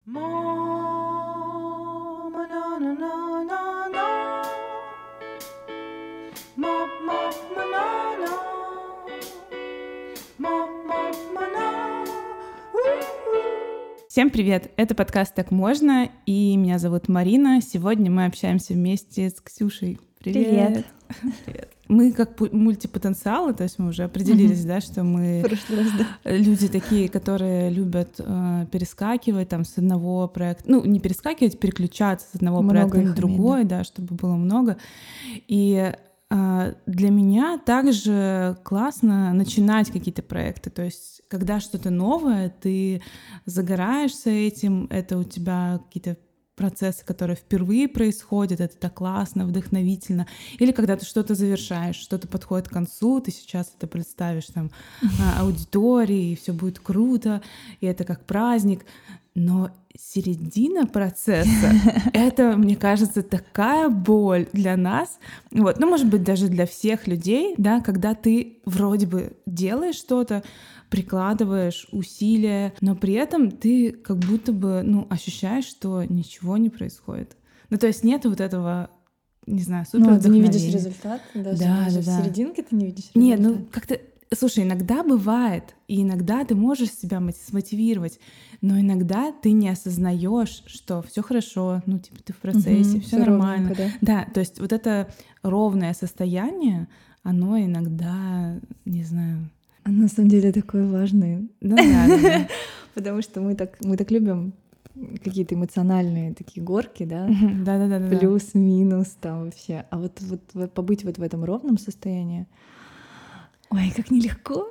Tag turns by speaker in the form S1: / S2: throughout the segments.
S1: Mama, na na na na na. Mama, na na. Mama, на. Всем привет! Это подкаст «Так можно», и меня зовут Марина. Сегодня мы общаемся вместе с Ксюшей.
S2: Привет!
S1: Привет! Мы как мультипотенциалы, то есть мы уже определились, да, что мы люди такие, которые любят перескакивать там с одного проекта, ну не перескакивать, переключаться с одного проекта на другой, да, чтобы было много. И для меня также классно начинать какие-то проекты, то есть когда что-то новое, ты загораешься этим, это у тебя какие-то процессы, которые впервые происходят, это так классно, вдохновительно. Или когда ты что-то завершаешь, что-то подходит к концу, ты сейчас это представишь там аудитории, и все будет круто, и это как праздник. Но середина процесса — это, мне кажется, такая боль для нас, вот, ну, может быть, даже для всех людей, да, когда ты вроде бы делаешь что-то, прикладываешь усилия, но при этом ты как будто бы, ну, ощущаешь, что ничего не происходит. Ну, то есть нет вот этого, не знаю, супер вдохновения.
S2: Ты не видишь результат? Даже в серединке ты не видишь результат?
S1: Нет, ну, как-то... Слушай, иногда бывает, и иногда ты можешь себя смотивировать, но иногда ты не осознаешь, что все хорошо, ну, типа, ты в процессе, все нормально. Да, то есть вот это ровное состояние, оно иногда, не знаю...
S2: Оно на самом деле такое важное.
S1: Ну да.
S2: Потому что мы так любим какие-то эмоциональные такие горки, да?
S1: Да.
S2: Плюс, минус там вообще. А вот побыть вот в этом ровном состоянии, ой, как нелегко.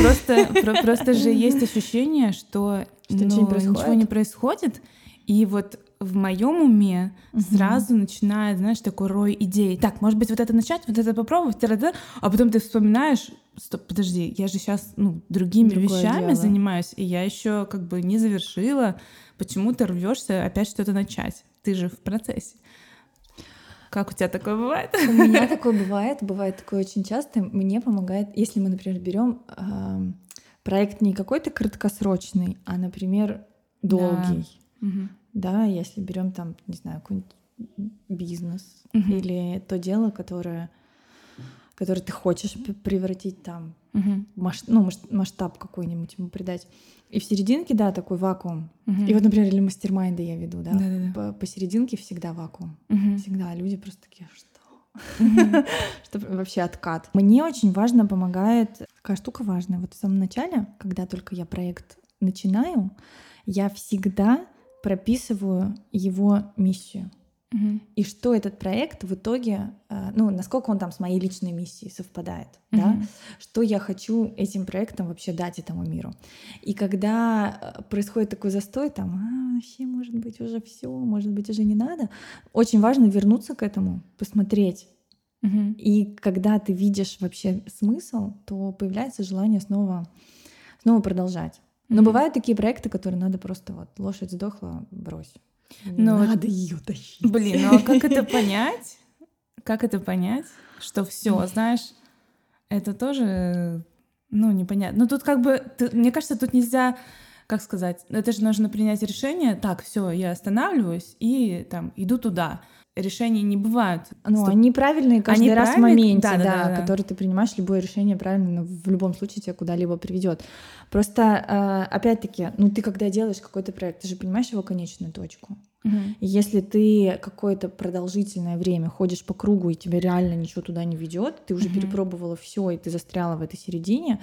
S1: Просто же есть ощущение, что ничего не происходит, и вот в моем уме сразу начинает, знаешь, такой рой идей. Так, может быть, вот это начать, вот это попробовать, а потом ты вспоминаешь, стоп, подожди, я же сейчас другими вещами занимаюсь, и я еще как бы не завершила. Почему ты рвешься опять что-то начать? Ты же в процессе. Как у тебя такое бывает?
S2: У меня такое бывает такое очень часто. Мне помогает, если мы, например, берем проект не какой-то краткосрочный, а, например, долгий. Да, если берем там, не знаю, какой-нибудь бизнес или то дело, которое ты хочешь превратить там, масштаб какой-нибудь ему придать. И в серединке, да, такой вакуум. И вот, например, или мастер-майнды я веду, да, посерединке всегда вакуум. Всегда люди просто такие, что? Что вообще откат. Мне очень важно помогает, такая штука важная, вот в самом начале, когда только я проект начинаю, я всегда прописываю его миссию. И что этот проект в итоге, насколько он там с моей личной миссией совпадает, да? Что я хочу этим проектом вообще дать этому миру. И когда происходит такой застой, там, вообще, может быть, уже все, может быть, уже не надо, очень важно вернуться к этому, посмотреть. И когда ты видишь вообще смысл, то появляется желание снова продолжать. Но бывают такие проекты, которые надо просто вот лошадь сдохла, брось. Надо ее тащить.
S1: Блин, ну а как это понять? Как это понять, что все, знаешь, это тоже, непонятно. Ну тут как бы, мне кажется, тут нельзя, как сказать, это же нужно принять решение. Так, все, я останавливаюсь и там иду туда. Решений не бывают.
S2: Они правильные каждый раз в моменте, да, который ты принимаешь, любое решение правильно, но в любом случае тебя куда-либо приведет. Просто, опять-таки, ты когда делаешь какой-то проект, ты же понимаешь его конечную точку. И если ты какое-то продолжительное время ходишь по кругу, и тебе реально ничего туда не ведет, ты уже перепробовала все, и ты застряла в этой середине,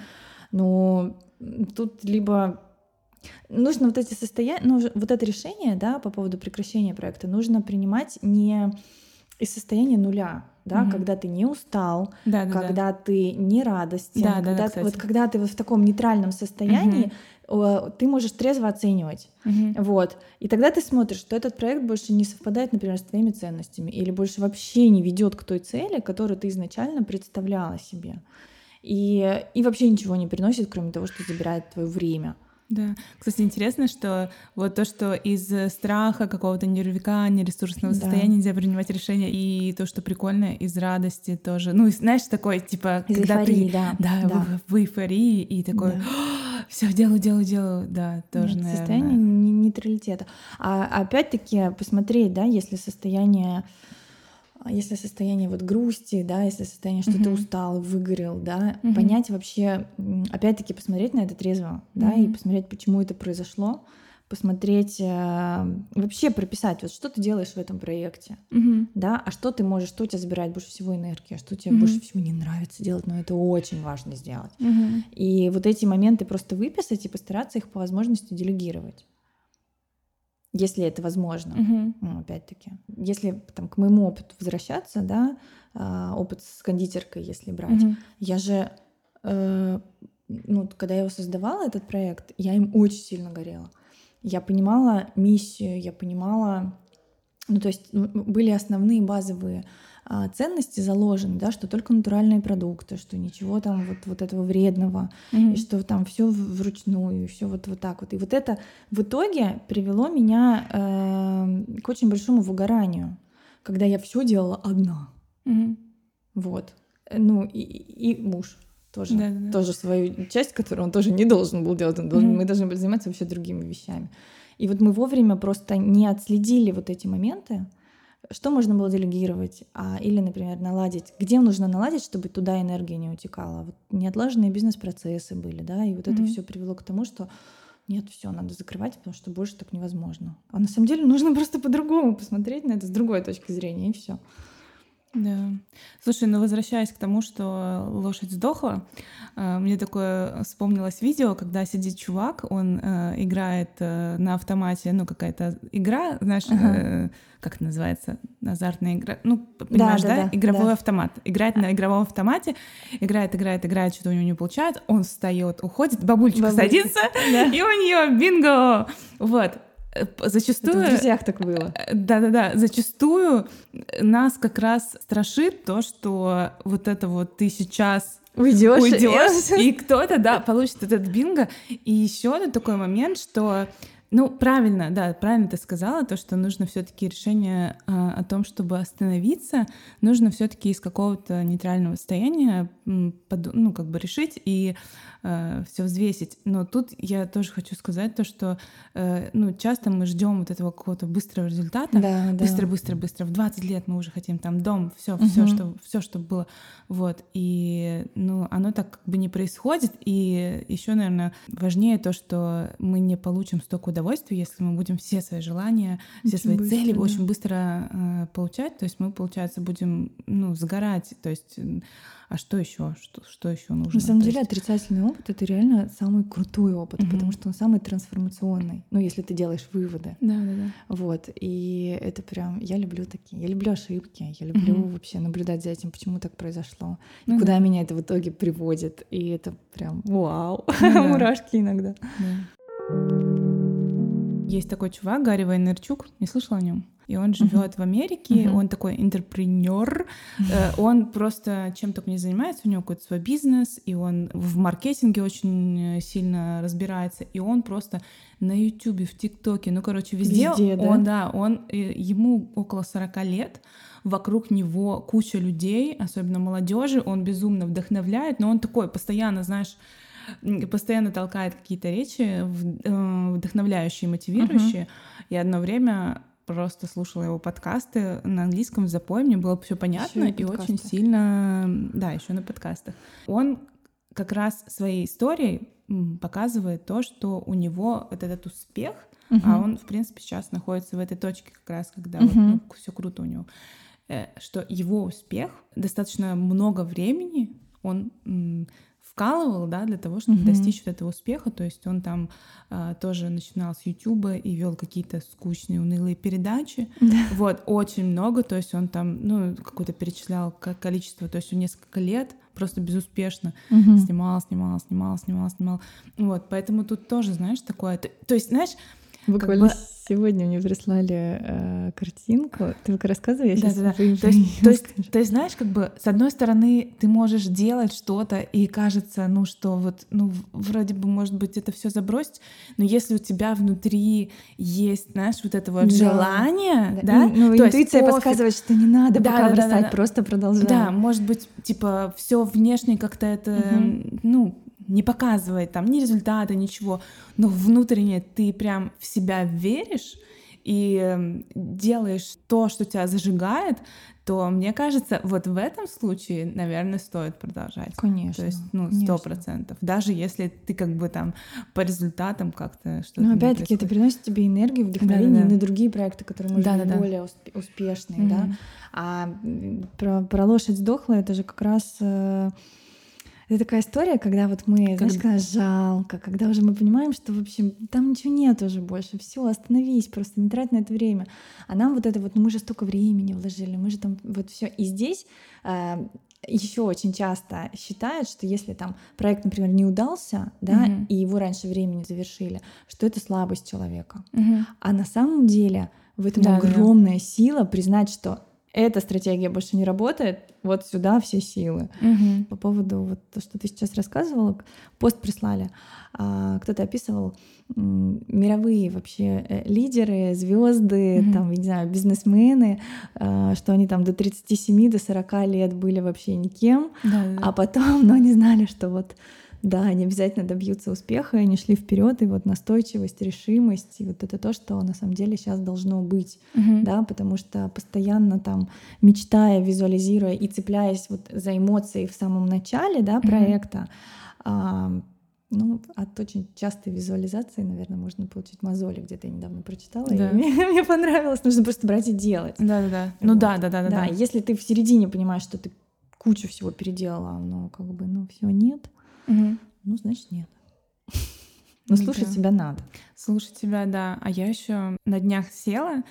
S2: тут либо... Нужно вот эти состояния, вот это решение, да, по поводу прекращения проекта нужно принимать не из состояния нуля, да, когда ты не устал, когда ты не радостен, когда ты вот в таком нейтральном состоянии, ты можешь трезво оценивать. Вот. И тогда ты смотришь, что этот проект больше не совпадает, например, с твоими ценностями, или больше вообще не ведет к той цели, которую ты изначально представляла себе. И вообще ничего не приносит, кроме того, что забирает твое время.
S1: Да. Кстати, интересно, что вот то, что из страха, какого-то нервика, ресурсного состояния нельзя принимать решения, и то, что прикольно, из радости тоже. Знаешь, такой, типа,
S2: из
S1: когда
S2: эйфории,
S1: ты в эйфории, и такой, все, делаю, да, тоже, наверное.
S2: Состояние не нейтралитета. А опять-таки посмотреть, да, если состояние вот грусти, да, если состояние, что ты устал, выгорел, да, понять вообще, опять-таки посмотреть на это трезво, да, и посмотреть, почему это произошло, посмотреть, вообще прописать, вот что ты делаешь в этом проекте, да, а что ты можешь, что у тебя забирает больше всего энергии, а что тебе больше всего не нравится делать, но это очень важно сделать. И вот эти моменты просто выписать и постараться их по возможности делегировать. Если это возможно, ну, опять-таки. Если там, к моему опыту возвращаться, да, опыт с кондитеркой, если брать, я же, ну, когда я его создавала, этот проект, я им очень сильно горела. Я понимала миссию, я понимала, ну, то есть были основные базовые ценности заложены, да, что только натуральные продукты, что ничего там вот этого вредного, и что там все вручную, все вот так вот. И вот это в итоге привело меня к очень большому выгоранию, когда я все делала одна. Вот. Ну, и муж тоже свою часть, которую он тоже не должен был делать. Мы должны были заниматься вообще другими вещами. И вот мы вовремя просто не отследили вот эти моменты, что можно было делегировать, или, например, наладить, где нужно наладить, чтобы туда энергия не утекала. Вот неотлаженные бизнес-процессы были, да, и вот это все привело к тому, что нет, все, надо закрывать, потому что больше так невозможно. А на самом деле нужно просто по-другому посмотреть на это с другой точки зрения, и все.
S1: Да. Слушай, ну возвращаясь к тому, что лошадь сдохла, мне такое вспомнилось видео, когда сидит чувак, он играет на автомате, ну какая-то игра, знаешь, как это называется, азартная игра, ну понимаешь, да? Игровой автомат. Играет на игровом автомате, играет, что-то у него не получается, он встает, уходит, бабульчика садится, и у нее бинго, вот. Зачастую...
S2: Это в «Друзьях» так было.
S1: Да. Зачастую нас как раз страшит то, что вот это вот ты сейчас уйдешь, и кто-то, получит этот бинго. И еще один такой момент, что... Ну, правильно ты сказала, то, что нужно все-таки решение о том, чтобы остановиться, нужно все-таки из какого-то нейтрального состояния, ну, как бы решить и все взвесить. Но тут я тоже хочу сказать то, что ну, часто мы ждем вот этого какого-то быстрого результата. Быстро. В 20 лет мы уже хотим там дом, все, что было. Вот. И ну, оно так как бы не происходит. И еще, наверное, важнее то, что мы не получим столько удовольствия, если мы будем все свои желания, все свои цели очень быстро получать. То есть мы, получается, будем сгорать. То есть а что еще? Что еще нужно?
S2: На самом деле отрицательный опыт — это реально самый крутой опыт, потому что он самый трансформационный. Ну, если ты делаешь выводы.
S1: Да.
S2: Вот. И это прям... Я люблю такие. Я люблю ошибки. Я люблю вообще наблюдать за этим, почему так произошло. И куда меня это в итоге приводит. И это прям вау. Мурашки иногда.
S1: Есть такой чувак, Гарри Вайнерчук. Не слышала о нем? И он живет в Америке, он такой интерпренер, он просто чем только не занимается, у него какой-то свой бизнес, и он в маркетинге очень сильно разбирается, и он просто на Ютубе, в ТикТоке, ну, короче, везде ему около 40 лет, вокруг него куча людей, особенно молодежи, он безумно вдохновляет, но он такой постоянно, знаешь, постоянно толкает какие-то речи вдохновляющие, мотивирующие, и одно время просто слушала его подкасты на английском в запое, мне было все понятно и очень сильно... Да, еще на подкастах. Он как раз своей историей показывает то, что у него вот этот успех, а он, в принципе, сейчас находится в этой точке как раз, когда все круто у него, что его успех достаточно много времени он вкалывал, да, для того, чтобы достичь вот этого успеха. То есть он там тоже начинал с Ютуба и вел какие-то скучные, унылые передачи. Вот, очень много. То есть он там, какое-то перечислял количество, то есть несколько лет просто безуспешно снимал. Вот, поэтому тут тоже, знаешь, такое... То есть, знаешь...
S2: Буквально сегодня мне прислали картинку. Ты пока рассказывай, я сейчас
S1: То есть, знаешь, как бы с одной стороны ты можешь делать что-то, и кажется, что вот, вроде бы, может быть, это все забросить, но если у тебя внутри есть, знаешь, вот это вот желание, да?
S2: Интуиция подсказывает, что не надо пока бросать, просто продолжай.
S1: Да, может быть, типа, все внешне как-то это, не показывает там ни результата, ничего, но внутренне ты прям в себя веришь и делаешь то, что тебя зажигает, то, мне кажется, вот в этом случае, наверное, стоит продолжать.
S2: Конечно.
S1: То есть, 100%. Даже если ты как бы там по результатам как-то что-то.
S2: Но опять-таки это приносит тебе энергию, вдохновение на другие проекты, которые, может быть, более успешные, да. А про лошадь сдохла, это же как раз... Это такая история, когда вот мы, знаешь, когда жалко, когда уже мы понимаем, что, в общем, там ничего нет уже больше, все, остановись, просто не трать на это время. А нам вот это вот, мы же столько времени вложили, мы же там вот все. И здесь еще очень часто считают, что если там проект, например, не удался, да, и его раньше времени завершили, что это слабость человека. А на самом деле в этом огромная сила признать, что эта стратегия больше не работает, вот сюда все силы. По поводу вот то, что ты сейчас рассказывала, пост прислали, кто-то описывал мировые вообще лидеры, звезды, там, я не знаю, бизнесмены, что они там до 37, до 40 лет были вообще никем, а потом, но они знали, что вот да, они обязательно добьются успеха, и они шли вперед, и вот настойчивость, решимость, и вот это то, что на самом деле сейчас должно быть, да, потому что постоянно там мечтая, визуализируя и цепляясь вот за эмоции в самом начале, да, проекта, от очень частой визуализации, наверное, можно получить мозоли, где-то я недавно прочитала, и мне понравилось, нужно просто брать и делать.
S1: Да-да-да.
S2: Да, если ты в середине понимаешь, что ты кучу всего переделала, но как бы, всего нет, значит, нет. Но слушать себя надо.
S1: Слушать себя, да. А я еще на днях села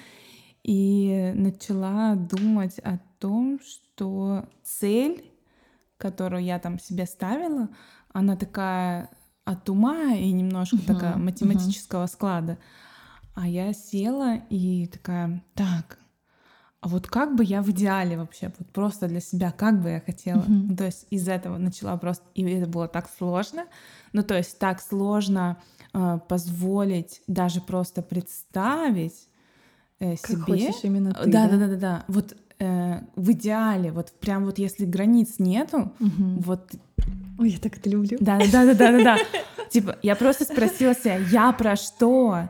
S1: и начала думать о том, что цель, которую я там себе ставила, она такая от ума и немножко такая математического склада. А я села и такая, так, а вот как бы я в идеале вообще, вот просто для себя, как бы я хотела. То есть из этого начала просто... И это было так сложно. То есть так сложно позволить даже просто представить себе...
S2: Как хочешь именно ты,
S1: да? Вот в идеале, вот прям вот если границ нету, вот...
S2: Ой, я так это люблю.
S1: Да. Типа, я просто спросила себя, я про что?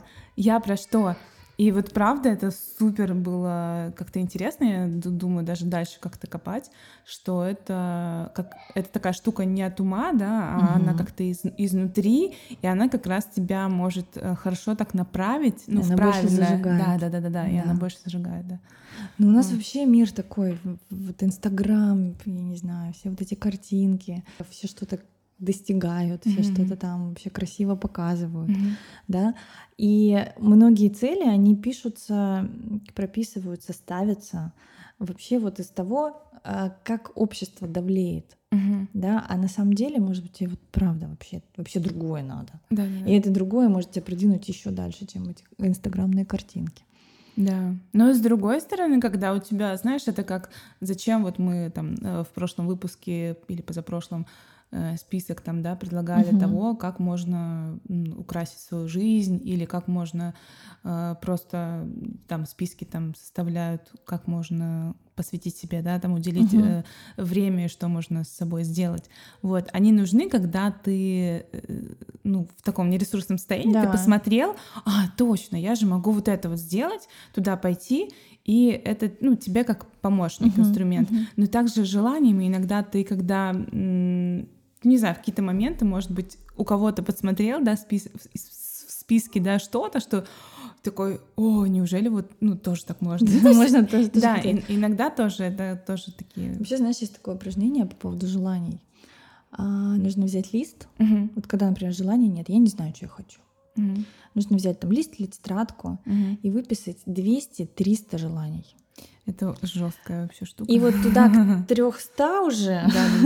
S1: И вот правда, это супер было как-то интересно, я думаю, даже дальше как-то копать, что это такая штука не от ума, да, а она как-то изнутри, и она как раз тебя может хорошо так направить, в правильное. Да, и она больше зажигает, да.
S2: У нас вообще мир такой, вот Инстаграм, я не знаю, все вот эти картинки, все что-то достигают, все что-то там вообще красиво показывают, да, и многие цели, они пишутся, прописываются, ставятся вообще вот из того, как общество давлеет, да, а на самом деле, может быть, тебе вот правда вообще другое надо, и это другое может тебя продвинуть еще дальше, чем эти инстаграмные картинки.
S1: Да, но с другой стороны, когда у тебя, знаешь, это как зачем вот мы там в прошлом выпуске или позапрошлом список там, да, предлагали того, как можно украсить свою жизнь или как можно просто там списки там составляют, как можно посвятить себе, да, там уделить время, что можно с собой сделать. Вот, они нужны, когда ты в таком нересурсном состоянии, ты посмотрел, точно, я же могу вот это вот сделать, туда пойти, и это, тебе как помощник, инструмент. Но также желаниями иногда ты, когда не знаю, в какие-то моменты, может быть, у кого-то подсмотрел, да, в списке, да, что-то, что такой, неужели вот, тоже так можно?
S2: Можно тоже.
S1: Да, иногда тоже, это тоже такие...
S2: Вообще, знаешь, есть такое упражнение по поводу желаний. Нужно взять лист, вот когда, например, желания нет, я не знаю, что я хочу. Нужно взять там лист или тетрадку и выписать 200-300 желаний.
S1: Это жесткая вообще штука.
S2: И вот туда к 300 уже,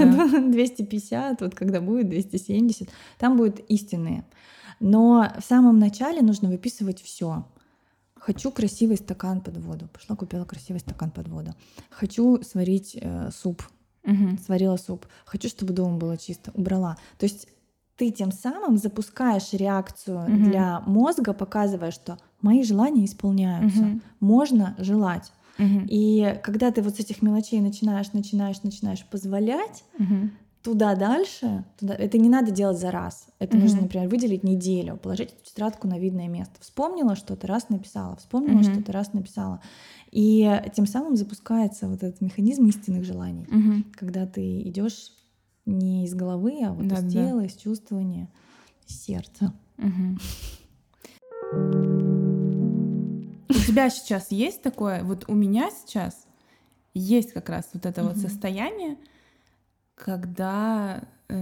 S2: 250, вот когда будет 270, там будут истинные. Но в самом начале нужно выписывать все. Хочу красивый стакан под воду. Пошла, купила красивый стакан под воду. Хочу сварить суп. Сварила суп. Хочу, чтобы дома было чисто. Убрала. То есть ты тем самым запускаешь реакцию для мозга, показывая, что мои желания исполняются. Можно желать. И когда ты вот с этих мелочей начинаешь позволять, туда дальше, это не надо делать за раз. Это нужно, например, выделить неделю, положить эту тетрадку на видное место. Вспомнила, что ты раз написала, вспомнила, что ты раз написала. И тем самым запускается вот этот механизм истинных желаний, когда ты идешь не из головы, а вот из тела, из чувствования, из сердца.
S1: У тебя сейчас есть такое, вот у меня сейчас есть как раз вот это вот состояние, когда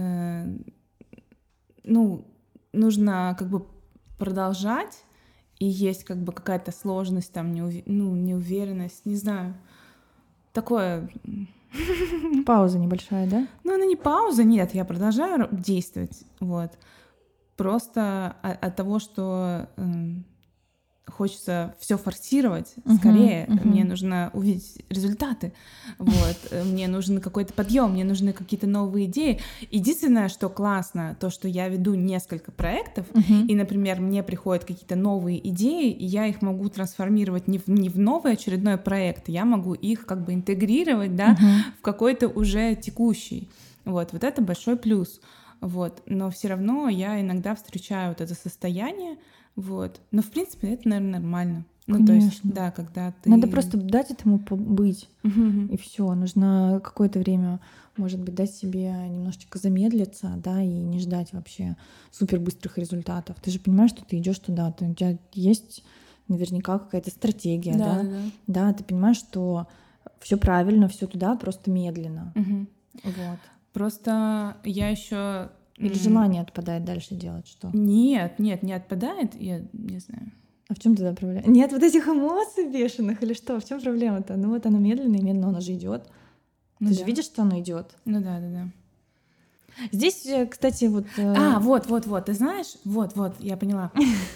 S1: нужно как бы продолжать, и есть как бы какая-то сложность, там, неуверенность, не знаю, такое...
S2: Пауза небольшая, да?
S1: Ну, она не пауза, нет, я продолжаю действовать, вот. Просто от того, что хочется все форсировать скорее, мне нужно увидеть результаты, вот, мне нужен какой-то подъем, мне нужны какие-то новые идеи. Единственное, что классно, то, что я веду несколько проектов, и, например, мне приходят какие-то новые идеи, и я их могу трансформировать не в новый очередной проект, я могу их как бы интегрировать, да, в какой-то уже текущий. Вот это большой плюс. Вот. Но все равно я иногда встречаю вот это состояние, вот. Но в принципе это, наверное, нормально.
S2: Конечно.
S1: То есть, да, когда ты...
S2: Надо просто дать этому побыть, и все. Нужно какое-то время, может быть, дать себе немножечко замедлиться, да, и не ждать вообще супер быстрых результатов. Ты же понимаешь, что ты идешь туда, у тебя есть наверняка какая-то стратегия, да? Да, ты понимаешь, что все правильно, все туда, просто медленно. Вот.
S1: Просто я еще...
S2: Или желание отпадает дальше делать что?
S1: Нет, не отпадает, я не знаю.
S2: А в чем тогда проблема? Нет вот этих эмоций бешеных или что? В чем проблема-то? Ну вот оно медленно, и медленно, оно же идет. Ты же видишь, что оно идет.
S1: Ну да.
S2: Здесь, кстати, вот...
S1: Вот, ты знаешь? Вот, я поняла.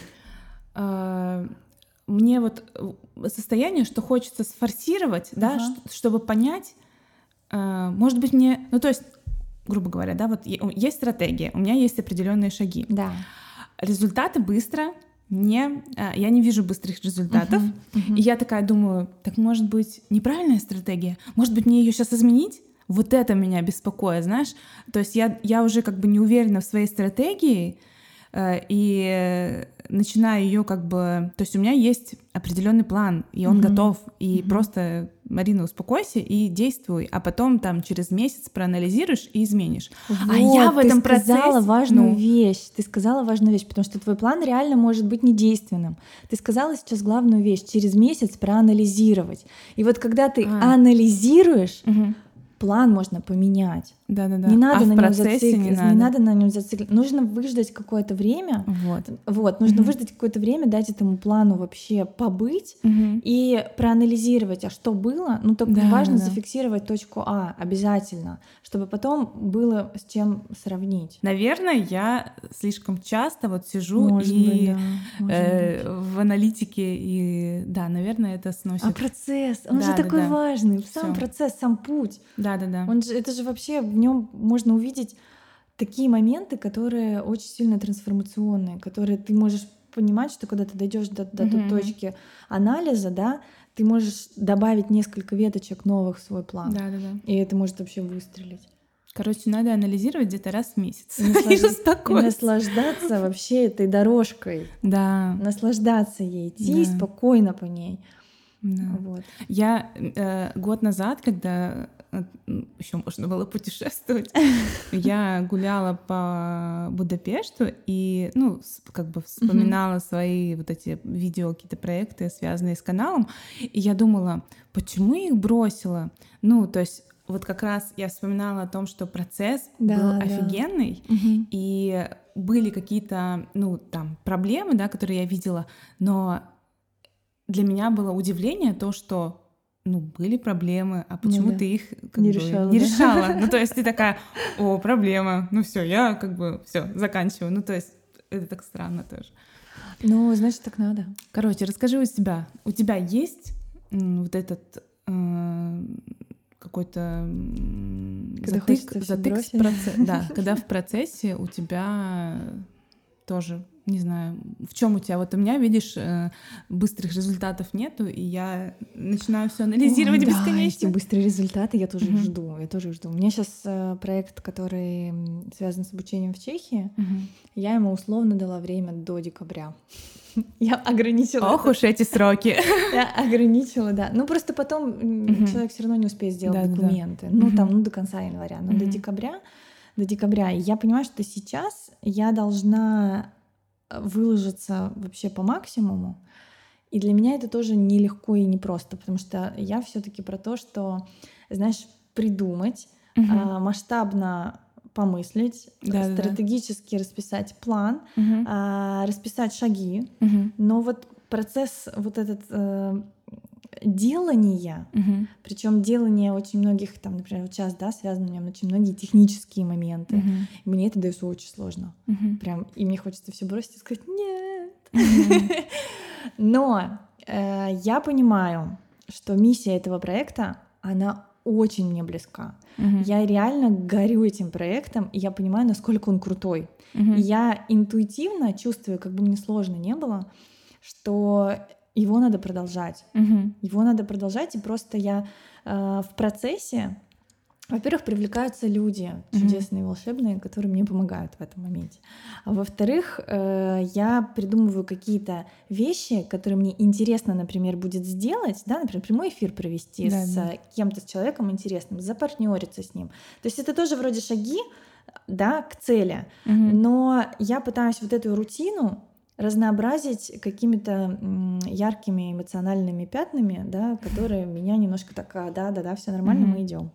S1: Мне вот состояние, что хочется сфорсировать, да, чтобы понять, может быть, мне... Ну то есть, грубо говоря, да, вот есть стратегия, у меня есть определенные шаги.
S2: Да.
S1: Результаты быстро я не вижу быстрых результатов. И я такая думаю, так может быть неправильная стратегия? Может быть мне ее сейчас изменить? Вот это меня беспокоит, знаешь? То есть я уже как бы не уверена в своей стратегии, и начинаю ее как бы... То есть у меня есть определенный план, и он готов. И просто, Марина, успокойся и действуй. А потом там через месяц проанализируешь и изменишь.
S2: Вот,
S1: а я в этом
S2: процессе... Ты сказала важную вещь. Ты сказала важную вещь, потому что твой план реально может быть недейственным. Ты сказала сейчас главную вещь. Через месяц проанализировать. И вот когда ты анализируешь... План можно поменять.
S1: Да.
S2: Не надо на нем зацикливаться. Не надо на нем зацикливаться. Нужно выждать какое-то время. Вот. Нужно выждать какое-то время, дать этому плану вообще побыть и проанализировать, а что было. Ну, только важно зафиксировать точку А обязательно, чтобы потом было с чем сравнить.
S1: Наверное, я слишком часто вот сижу в аналитике, и да, наверное, это сносит.
S2: А процесс, он же такой важный. Сам процесс, сам путь.
S1: Да.
S2: Это же вообще, в нем можно увидеть такие моменты, которые очень сильно трансформационные, которые ты можешь понимать, что когда ты дойдешь до той точки анализа, да, ты можешь добавить несколько веточек новых в свой план.
S1: Да.
S2: И это может вообще выстрелить.
S1: Короче, надо анализировать где-то раз в месяц.
S2: И наслаждаться вообще этой дорожкой.
S1: Да.
S2: Наслаждаться ей, идти спокойно по ней.
S1: Да.
S2: Вот.
S1: Я год назад, когда еще можно было путешествовать, я гуляла по Будапешту и, как бы вспоминала свои вот эти видео, какие-то проекты, связанные с каналом, и я думала, почему я их бросила? То есть вот как раз я вспоминала о том, что процесс был офигенный, и были какие-то, там, проблемы, да, которые я видела, но для меня было удивление то, что были проблемы, а почему ты их не решала? То есть ты такая, проблема, все, я как бы все заканчиваю. То есть это так странно тоже.
S2: Значит, так надо.
S1: Короче, расскажи у себя. У тебя есть вот этот какой-то затык в процессе? Да, когда в процессе у тебя тоже, не знаю, в чем у тебя? Вот у меня, видишь, быстрых результатов нету, и я начинаю все анализировать бесконечно.
S2: Эти быстрые результаты я тоже их жду. У меня сейчас проект, который связан с обучением в Чехии. Я ему условно дала время до декабря. Я ограничила.
S1: Ох уж эти сроки.
S2: Я ограничила, да. Ну просто потом человек все равно не успеет сделать документы. Ну там, до конца января, но до декабря. И я понимаю, что сейчас я должна выложиться вообще по максимуму. И для меня это тоже нелегко и непросто, потому что я все-таки про то, что, знаешь, придумать, масштабно помыслить, стратегически расписать план, расписать шаги. Но вот процесс вот этот делания, причем делание очень многих, там, например, вот сейчас, связано у меня очень многие технические моменты. Мне это дается очень сложно. Прям, и мне хочется все бросить и сказать нет. Но я понимаю, что миссия этого проекта, она очень мне близка. Я реально горю этим проектом, и я понимаю, насколько он крутой. И я интуитивно чувствую, как бы мне сложно не было, что его надо продолжать. Его надо продолжать, и просто я в процессе, во-первых, привлекаются люди чудесные, волшебные, которые мне помогают в этом моменте. А во-вторых, я придумываю какие-то вещи, которые мне интересно, например, будет сделать, например, прямой эфир провести с кем-то, с человеком интересным, запартнериться с ним. То есть это тоже вроде шаги, к цели. Но я пытаюсь вот эту рутину разнообразить какими-то яркими эмоциональными пятнами, которые меня немножко так, все нормально, мы идем.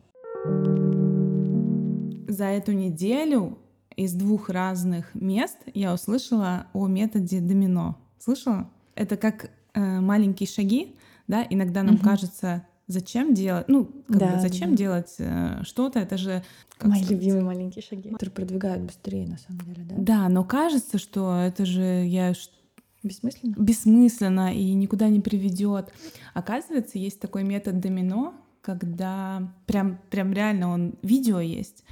S1: За эту неделю из 2 разных мест я услышала о методе домино. Слышала? Это как маленькие шаги, иногда нам кажется, зачем делать, зачем делать что-то, это же...
S2: Мои любимые маленькие шаги, которые продвигают быстрее, на самом деле, да?
S1: Да, но кажется, что это же
S2: бессмысленно?
S1: Бессмысленно и никуда не приведет. Оказывается, есть такой метод домино, когда прям реально он видео есть,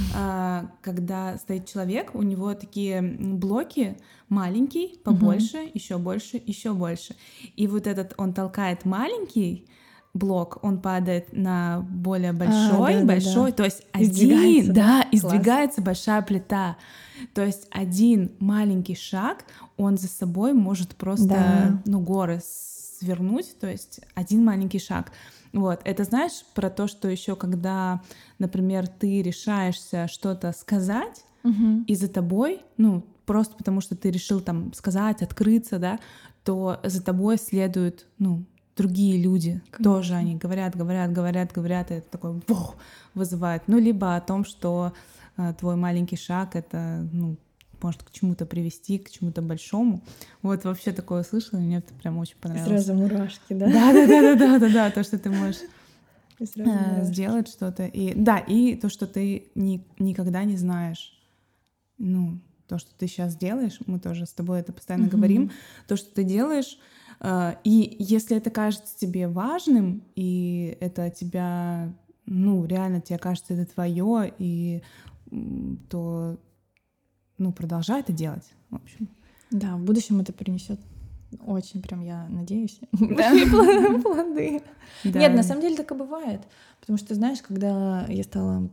S1: когда стоит человек, у него такие блоки маленький, побольше, еще больше, еще больше. И вот этот он толкает маленький блок, он падает на более большой, то есть издвигается большая плита. То есть один маленький шаг, он за собой может просто горы свернуть, то есть один маленький шаг. Вот, это знаешь про то, что еще когда, например, ты решаешься что-то сказать, и за тобой, просто потому что ты решил там сказать, открыться, то за тобой следуют, другие люди. Конечно. Тоже они говорят, и это такой вызывает. Либо о том, что твой маленький шаг — это, может к чему-то привести, к чему-то большому. Вот вообще такое слышала, и мне это прям очень понравилось.
S2: Сразу мурашки, да?
S1: Да, то, что ты можешь сделать что-то. И то, что ты никогда не знаешь. То, что ты сейчас делаешь, мы тоже с тобой это постоянно говорим, то, что ты делаешь, и если это кажется тебе важным, и это тебя, реально тебе кажется, это твое, и то продолжай это делать, в общем.
S2: Да, в будущем это принесет очень, прям я надеюсь, плоды. Нет, на самом деле так и бывает. Потому что, знаешь, когда я стала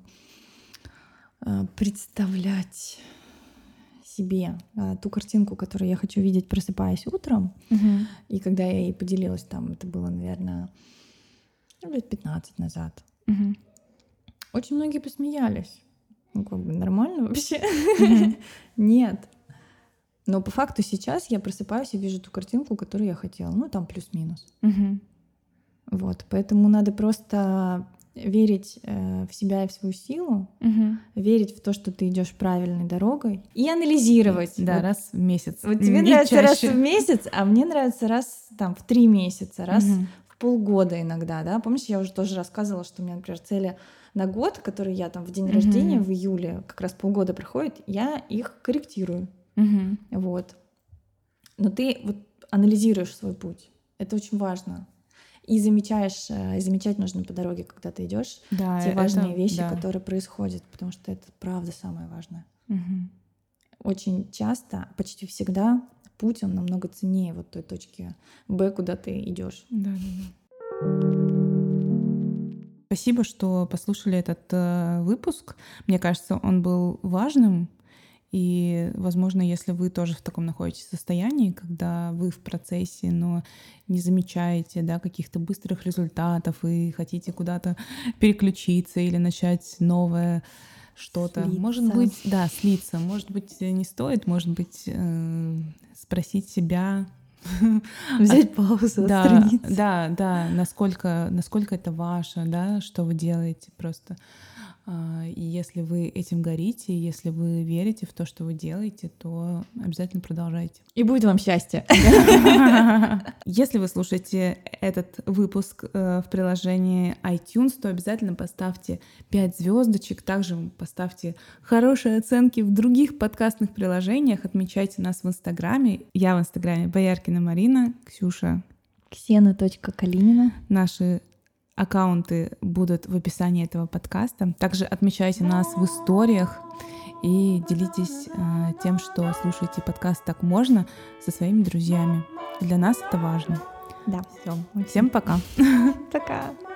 S2: представлять себе ту картинку, которую я хочу видеть, просыпаясь утром, и когда я ей поделилась, там, это было, наверное, лет 15 назад, очень многие посмеялись. Нормально вообще? Нет. Но по факту сейчас я просыпаюсь и вижу ту картинку, которую я хотела. Там плюс-минус. Вот. Поэтому надо просто верить в себя и в свою силу, верить в то, что ты идешь правильной дорогой, и анализировать.
S1: Да, раз в месяц.
S2: Вот тебе нравится раз в месяц, а мне нравится раз в 3 месяца, раз в полгода иногда, да? Помнишь, я уже тоже рассказывала, что у меня, например, цели на год, которые я там в день рождения в июле, как раз полгода проходит, я их корректирую. Вот. Но ты вот анализируешь свой путь. Это очень важно. И замечать нужно по дороге, когда ты идешь, те важные вещи, которые происходят, потому что это правда самое важное. очень часто, почти всегда путь, он намного ценнее вот той точки Б, куда ты идешь.
S1: Да. Спасибо, что послушали этот выпуск. Мне кажется, он был важным. И, возможно, если вы тоже в таком находитесь состоянии, когда вы в процессе, но не замечаете, да, каких-то быстрых результатов и хотите куда-то переключиться или начать новое что-то.
S2: Слиться.
S1: Может быть, да, слиться. Может быть, не стоит, может быть, спросить себя.
S2: Взять паузу, отстраниться.
S1: Да, насколько это ваше, да, что вы делаете просто. И если вы этим горите, если вы верите в то, что вы делаете, то обязательно продолжайте.
S2: И будет вам счастье.
S1: Если вы слушаете этот выпуск в приложении iTunes, то обязательно поставьте 5 звездочек. Также поставьте хорошие оценки в других подкастных приложениях. Отмечайте нас в Инстаграме. Я в Инстаграме Бояркина Марина, Ксюша
S2: Ксена.Калинина.
S1: Наши аккаунты будут в описании этого подкаста. Также отмечайте нас в историях и делитесь тем, что слушаете подкаст «Так можно» со своими друзьями. Для нас это важно.
S2: Да.
S1: Всем пока.
S2: Пока.